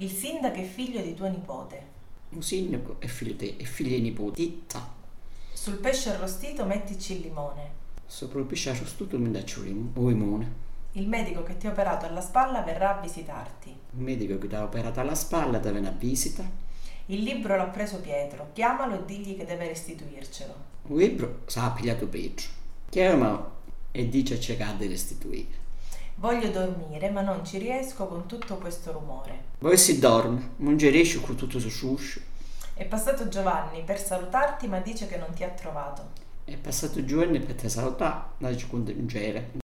Il sindaco è figlio di tuo nipote. Un sindaco è figlio te e figlia di nipoti. Sul pesce arrostito mettici il limone. Sopra il pesce arrostito mi dacci un limone. Il medico che ti ha operato alla spalla verrà a visitarti. Il medico che ti ha operato alla spalla ti viene a visita. Il libro l'ha preso Pietro. Chiamalo e digli che deve restituircelo. Un libro s'ha pigliato Pietro. Chiamalo e dice a cercare di restituire. Voglio dormire, ma non ci riesco con tutto questo rumore. Poi si dorme, non ci riesce con tutto il suo uscio. È passato Giovanni per salutarti, ma dice che non ti ha trovato. È passato giorni per te salutare, ma ci non c'era.